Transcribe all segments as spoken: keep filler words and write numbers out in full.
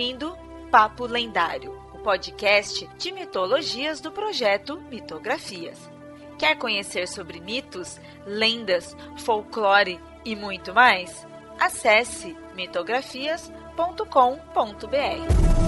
ouvindo Papo Lendário, o podcast de mitologias do projeto Mitografias. Quer conhecer sobre mitos, lendas, folclore e muito mais? Acesse mitografias ponto com ponto b r.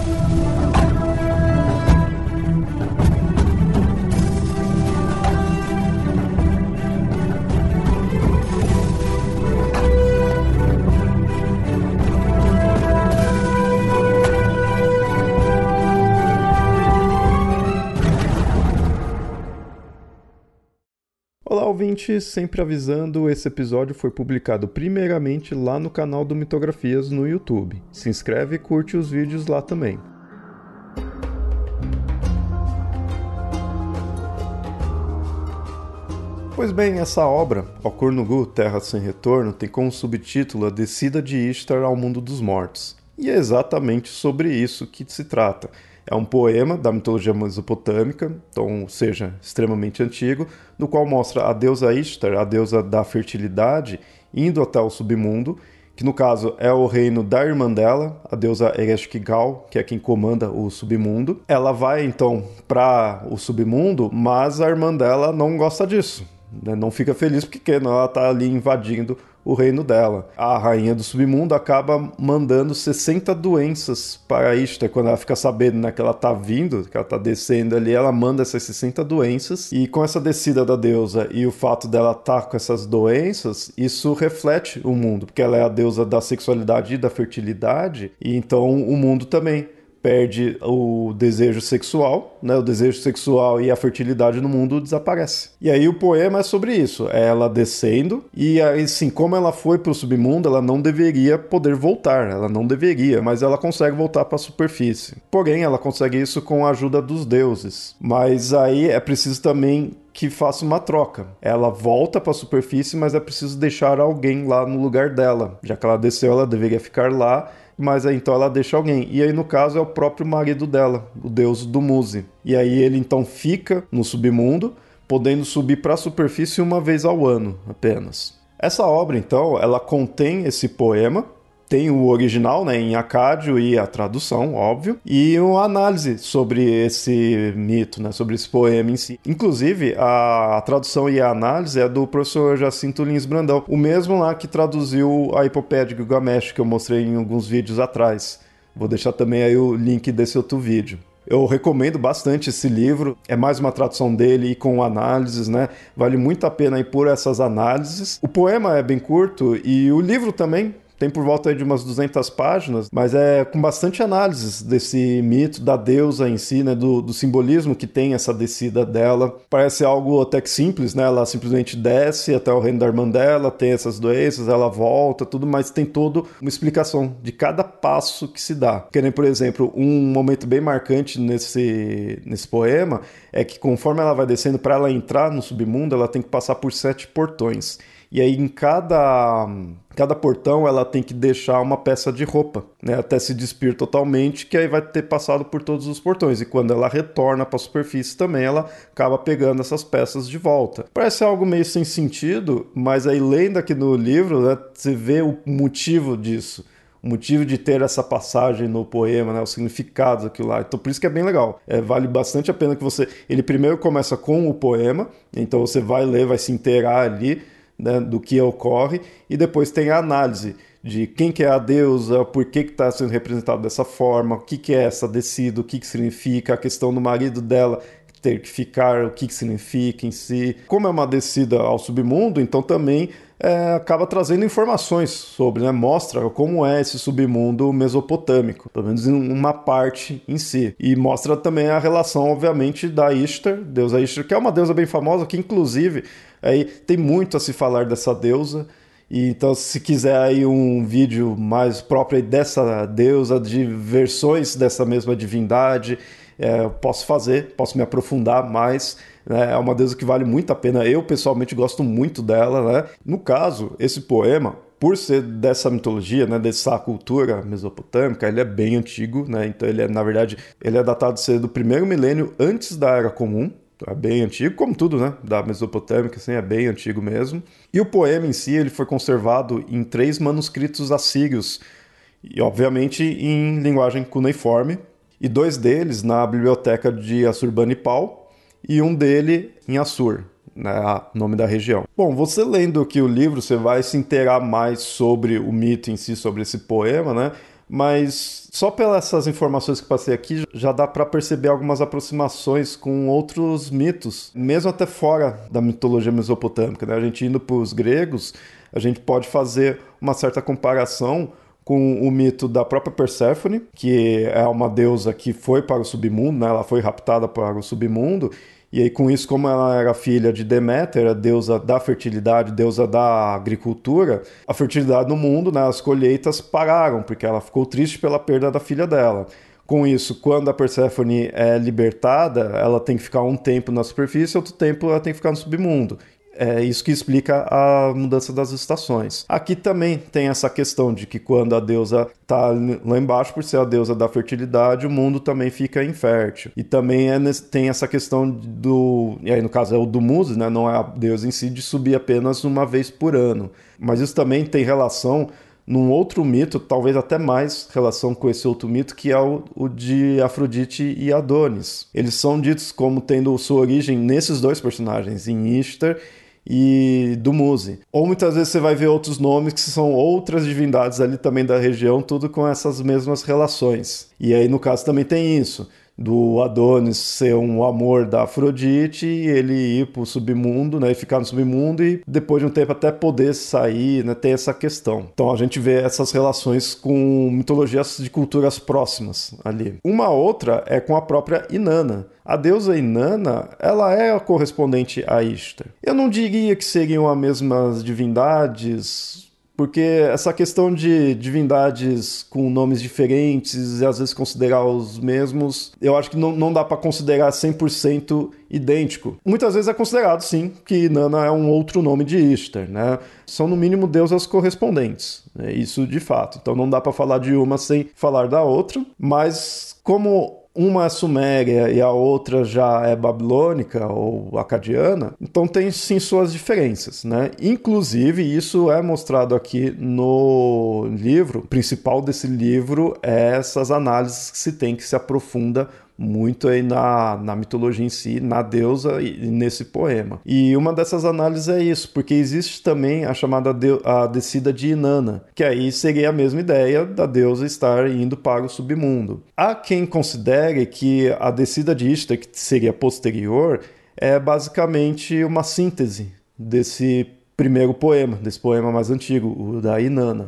Olá, ouvintes! Sempre avisando, esse episódio foi publicado primeiramente lá no canal do Mitografias no YouTube. Se inscreve e curte os vídeos lá também. Pois bem, essa obra, Ocur-nu-gu, Terra Sem Retorno, tem como subtítulo a descida de Ishtar ao mundo dos mortos. E é exatamente sobre isso que se trata. É um poema da mitologia mesopotâmica, então, ou seja, extremamente antigo, no qual mostra a deusa Ishtar, a deusa da fertilidade, indo até o submundo, que no caso é o reino da irmã dela, a deusa Ereshkigal, que é quem comanda o submundo. Ela vai então para o submundo, mas a irmã dela não gosta disso, né? Não fica feliz porque ela está ali invadindo o reino dela. A rainha do submundo acaba mandando sessenta doenças para Ishtar. Quando ela fica sabendo, né, que ela tá vindo, que ela tá descendo ali, ela manda essas sessenta doenças. E com essa descida da deusa e o fato dela estar tá com essas doenças, isso reflete o mundo, porque ela é a deusa da sexualidade e da fertilidade, e então o mundo também perde o desejo sexual, né? O desejo sexual e a fertilidade no mundo desaparece. E aí o poema é sobre isso, é ela descendo, e aí sim, como ela foi para o submundo, ela não deveria poder voltar, ela não deveria, mas ela consegue voltar para a superfície. Porém, ela consegue isso com a ajuda dos deuses. Mas aí é preciso também que faça uma troca. Ela volta para a superfície, mas é preciso deixar alguém lá no lugar dela. Já que ela desceu, ela deveria ficar lá, mas aí então ela deixa alguém. E aí no caso é o próprio marido dela, o deus Dumuzi. E aí ele então fica no submundo, podendo subir para a superfície uma vez ao ano apenas. Essa obra então, ela contém esse poema, tem o original, né, em acádio e a tradução, óbvio, e uma análise sobre esse mito, né, sobre esse poema em si. Inclusive, a, a tradução e a análise é do professor Jacinto Lins Brandão, o mesmo lá que traduziu a Epopeia de Gilgamesh, que eu mostrei em alguns vídeos atrás. Vou deixar também aí o link desse outro vídeo. Eu recomendo bastante esse livro, é mais uma tradução dele e com análises, né? Vale muito a pena ir por essas análises. O poema é bem curto e o livro também tem por volta de umas duzentas páginas, mas é com bastante análises desse mito, da deusa em si, né, do, do simbolismo que tem essa descida dela. Parece algo até que simples, né? Ela simplesmente desce até o reino da irmã dela, tem essas doenças, ela volta, tudo, mas tem toda uma explicação de cada passo que se dá. Que nem, por exemplo, um momento bem marcante nesse, nesse poema é que conforme ela vai descendo, para ela entrar no submundo, ela tem que passar por sete portões. E aí em cada, cada portão ela tem que deixar uma peça de roupa, né, até se despir totalmente, que aí vai ter passado por todos os portões. E quando ela retorna para a superfície também, ela acaba pegando essas peças de volta. Parece algo meio sem sentido, mas aí lendo aqui no livro, né, você vê o motivo disso. O motivo de ter essa passagem no poema, né, o significado daquilo lá. Então por isso que é bem legal. É, vale bastante a pena que você... Ele primeiro começa com o poema, então você vai ler, vai se inteirar ali, né, do que ocorre, e depois tem a análise de quem que é a deusa, por que está sendo representado dessa forma, o que, que é essa descida, o que, que significa, a questão do marido dela ter que ficar, o que, que significa em si. Como é uma descida ao submundo, então também é, acaba trazendo informações sobre, né, mostra como é esse submundo mesopotâmico, pelo menos em uma parte em si. E mostra também a relação, obviamente, da Ishtar, deusa Ishtar, que é uma deusa bem famosa, que inclusive aí tem muito a se falar dessa deusa. E então, se quiser aí um vídeo mais próprio dessa deusa, de versões dessa mesma divindade, é, eu posso fazer, posso me aprofundar mais, né? É uma deusa que vale muito a pena. Eu, pessoalmente, gosto muito dela, né? No caso, esse poema, por ser dessa mitologia, né, dessa cultura mesopotâmica, ele é bem antigo, né? Então, ele é, na verdade, ele é datado de ser do primeiro milênio antes da Era Comum. É bem antigo, como tudo, né, da Mesopotâmica, assim, é bem antigo mesmo. E o poema em si, ele foi conservado em três manuscritos assírios, e obviamente em linguagem cuneiforme, e dois deles na biblioteca de Assurbanipal e um dele em Assur, né, nome da região. Bom, você lendo aqui o livro, você vai se inteirar mais sobre o mito em si, sobre esse poema, né? Mas só pelas essas informações que passei aqui, já dá para perceber algumas aproximações com outros mitos, mesmo até fora da mitologia mesopotâmica, né? A gente indo para os gregos, a gente pode fazer uma certa comparação com o mito da própria Perséfone, que é uma deusa que foi para o submundo, né? Ela foi raptada para o submundo, e aí com isso, como ela era filha de Deméter, a deusa da fertilidade, deusa da agricultura, a fertilidade no mundo, né? As colheitas pararam, porque ela ficou triste pela perda da filha dela. Com isso, quando a Perséfone é libertada, ela tem que ficar um tempo na superfície, outro tempo ela tem que ficar no submundo. É isso que explica a mudança das estações. Aqui também tem essa questão de que quando a deusa está lá embaixo, por ser a deusa da fertilidade, o mundo também fica infértil. E também é, tem essa questão do... E aí, no caso, é o do Muse, né? Não é a deusa em si, de subir apenas uma vez por ano. Mas isso também tem relação num outro mito, talvez até mais relação com esse outro mito, que é o, o de Afrodite e Adonis. Eles são ditos como tendo sua origem nesses dois personagens, em Ishtar e do Muse. Ou muitas vezes você vai ver outros nomes que são outras divindades ali também da região, tudo com essas mesmas relações. E aí no caso também tem isso, do Adonis ser um amor da Afrodite e ele ir pro submundo, né, e ficar no submundo e depois de um tempo até poder sair, né, ter essa questão. Então a gente vê essas relações com mitologias de culturas próximas ali. Uma outra é com a própria Inanna. A deusa Inanna, ela é a correspondente a Ishtar. Eu não diria que seriam as mesmas divindades, porque essa questão de divindades com nomes diferentes e às vezes considerar os mesmos, eu acho que não, não dá para considerar cem por cento idêntico. Muitas vezes é considerado, sim, que Inanna é um outro nome de Ishtar, né? São, no mínimo, deusas correspondentes, né? Isso de fato. Então não dá para falar de uma sem falar da outra, mas como uma é suméria e a outra já é babilônica ou acadiana, então tem sim suas diferenças, né? Inclusive, isso é mostrado aqui no livro. O principal desse livro é essas análises que se tem, que se aprofunda muito aí na, na mitologia em si, na deusa e nesse poema. E uma dessas análises é isso, porque existe também a chamada de, a descida de Inanna, que aí seria a mesma ideia da deusa estar indo para o submundo. Há quem considere que a descida de Ishtar, que seria posterior, é basicamente uma síntese desse primeiro poema, desse poema mais antigo, o da Inanna.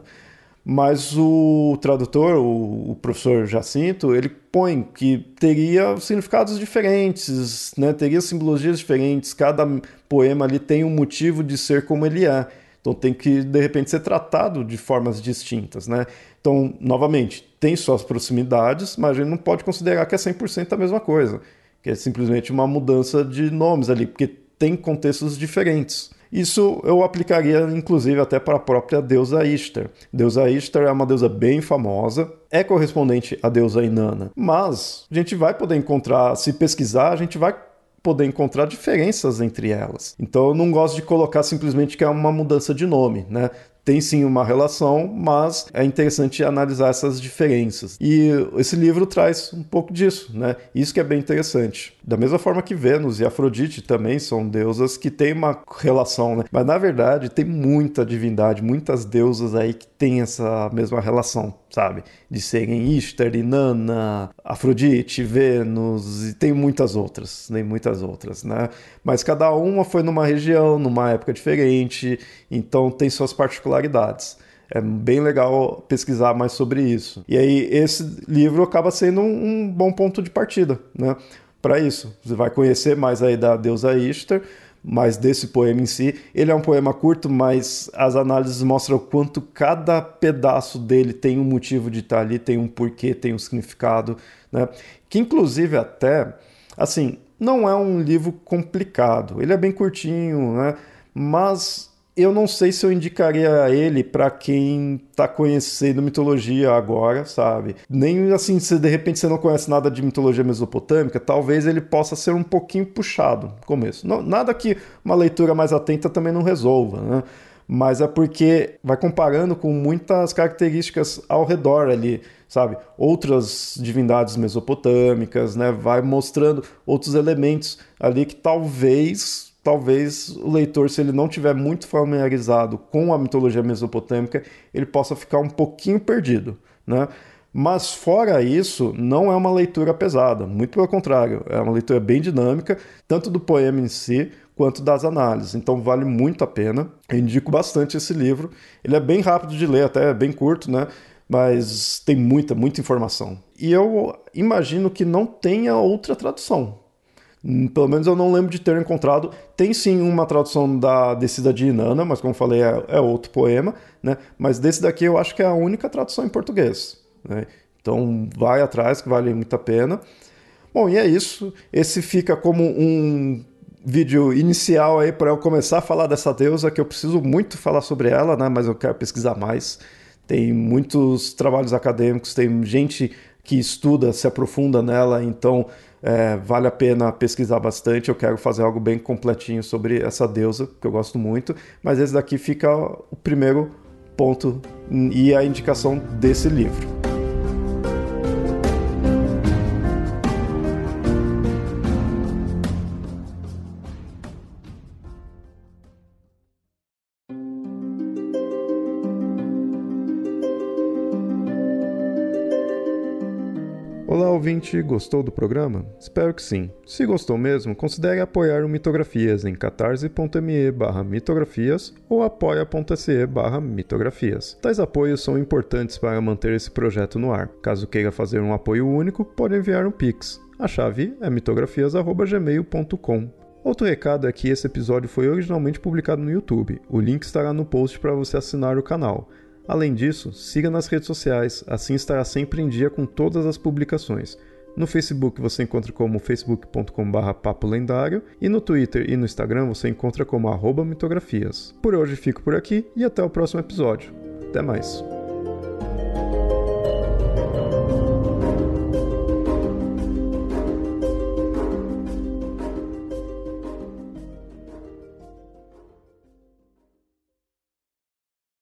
Mas o tradutor, o, o professor Jacinto, ele põe que teria significados diferentes, né? Teria simbologias diferentes, cada poema ali tem um motivo de ser como ele é. Então tem que, de repente, ser tratado de formas distintas, né? Então, novamente, tem suas proximidades, mas a gente não pode considerar que é cem por cento a mesma coisa, que é simplesmente uma mudança de nomes ali, porque tem contextos diferentes. Isso eu aplicaria, inclusive, até para a própria deusa Ishtar. Deusa Ishtar é uma deusa bem famosa, é correspondente à deusa Inanna, mas a gente vai poder encontrar, se pesquisar, a gente vai poder encontrar diferenças entre elas. Então eu não gosto de colocar simplesmente que é uma mudança de nome, né? Tem sim uma relação, mas é interessante analisar essas diferenças. E esse livro traz um pouco disso, né? Isso que é bem interessante. Da mesma forma que Vênus e Afrodite também são deusas que têm uma relação, né? Mas na verdade tem muita divindade, muitas deusas aí que têm essa mesma relação, sabe? De serem Ishtar, Inanna, Afrodite, Vênus, e tem muitas outras, tem muitas outras, né? Mas cada uma foi numa região, numa época diferente, então tem suas particularidades. É bem legal pesquisar mais sobre isso. E aí esse livro acaba sendo um, um bom ponto de partida, né? Para isso. Você vai conhecer mais aí da deusa Ishtar, mais desse poema em si. Ele é um poema curto, mas as análises mostram o quanto cada pedaço dele tem um motivo de estar ali, tem um porquê, tem um significado, né? Que inclusive até, assim, não é um livro complicado. Ele é bem curtinho, né? Mas eu não sei se eu indicaria ele para quem está conhecendo mitologia agora, sabe? Nem assim, se de repente você não conhece nada de mitologia mesopotâmica, talvez ele possa ser um pouquinho puxado no começo. Não, nada que uma leitura mais atenta também não resolva, né? mas é porque vai comparando com muitas características ao redor ali, sabe? Outras divindades mesopotâmicas, né? Vai mostrando outros elementos ali que talvez, talvez o leitor, se ele não tiver muito familiarizado com a mitologia mesopotâmica, ele possa ficar um pouquinho perdido, né? Mas fora isso, não é uma leitura pesada, muito pelo contrário, é uma leitura bem dinâmica, tanto do poema em si, quanto das análises, então vale muito a pena. Eu indico bastante esse livro, ele é bem rápido de ler, até é bem curto, né? Mas tem muita, muita informação. E eu imagino que não tenha outra tradução. Pelo menos eu não lembro de ter encontrado. Tem sim uma tradução da Descida de Inanna, mas como falei, é, é outro poema, né? Mas desse daqui eu acho que é a única tradução em português, né? Então vai atrás, que vale muito a pena. Bom, e é isso. Esse fica como um vídeo inicial aí para eu começar a falar dessa deusa, que eu preciso muito falar sobre ela, né? Mas eu quero pesquisar mais. Tem muitos trabalhos acadêmicos, tem gente que estuda, se aprofunda nela, então é, vale a pena pesquisar bastante. Eu quero fazer algo bem completinho sobre essa deusa, que eu gosto muito, mas esse daqui fica o primeiro ponto e a indicação desse livro. Olá, ouvinte, gostou do programa? Espero que sim. Se gostou mesmo, considere apoiar o Mitografias em catarse.me barra mitografias ou apoia.se barra mitografias. Tais apoios são importantes para manter esse projeto no ar. Caso queira fazer um apoio único, pode enviar um Pix. A chave é mitografias arroba gmail ponto com. Outro recado é que esse episódio foi originalmente publicado no YouTube. O link estará no post para você assinar o canal. Além disso, siga nas redes sociais, assim estará sempre em dia com todas as publicações. No Facebook você encontra como facebook ponto com barra papo lendário e no Twitter e no Instagram você encontra como arroba mitografias. Por hoje fico por aqui e até o próximo episódio. Até mais!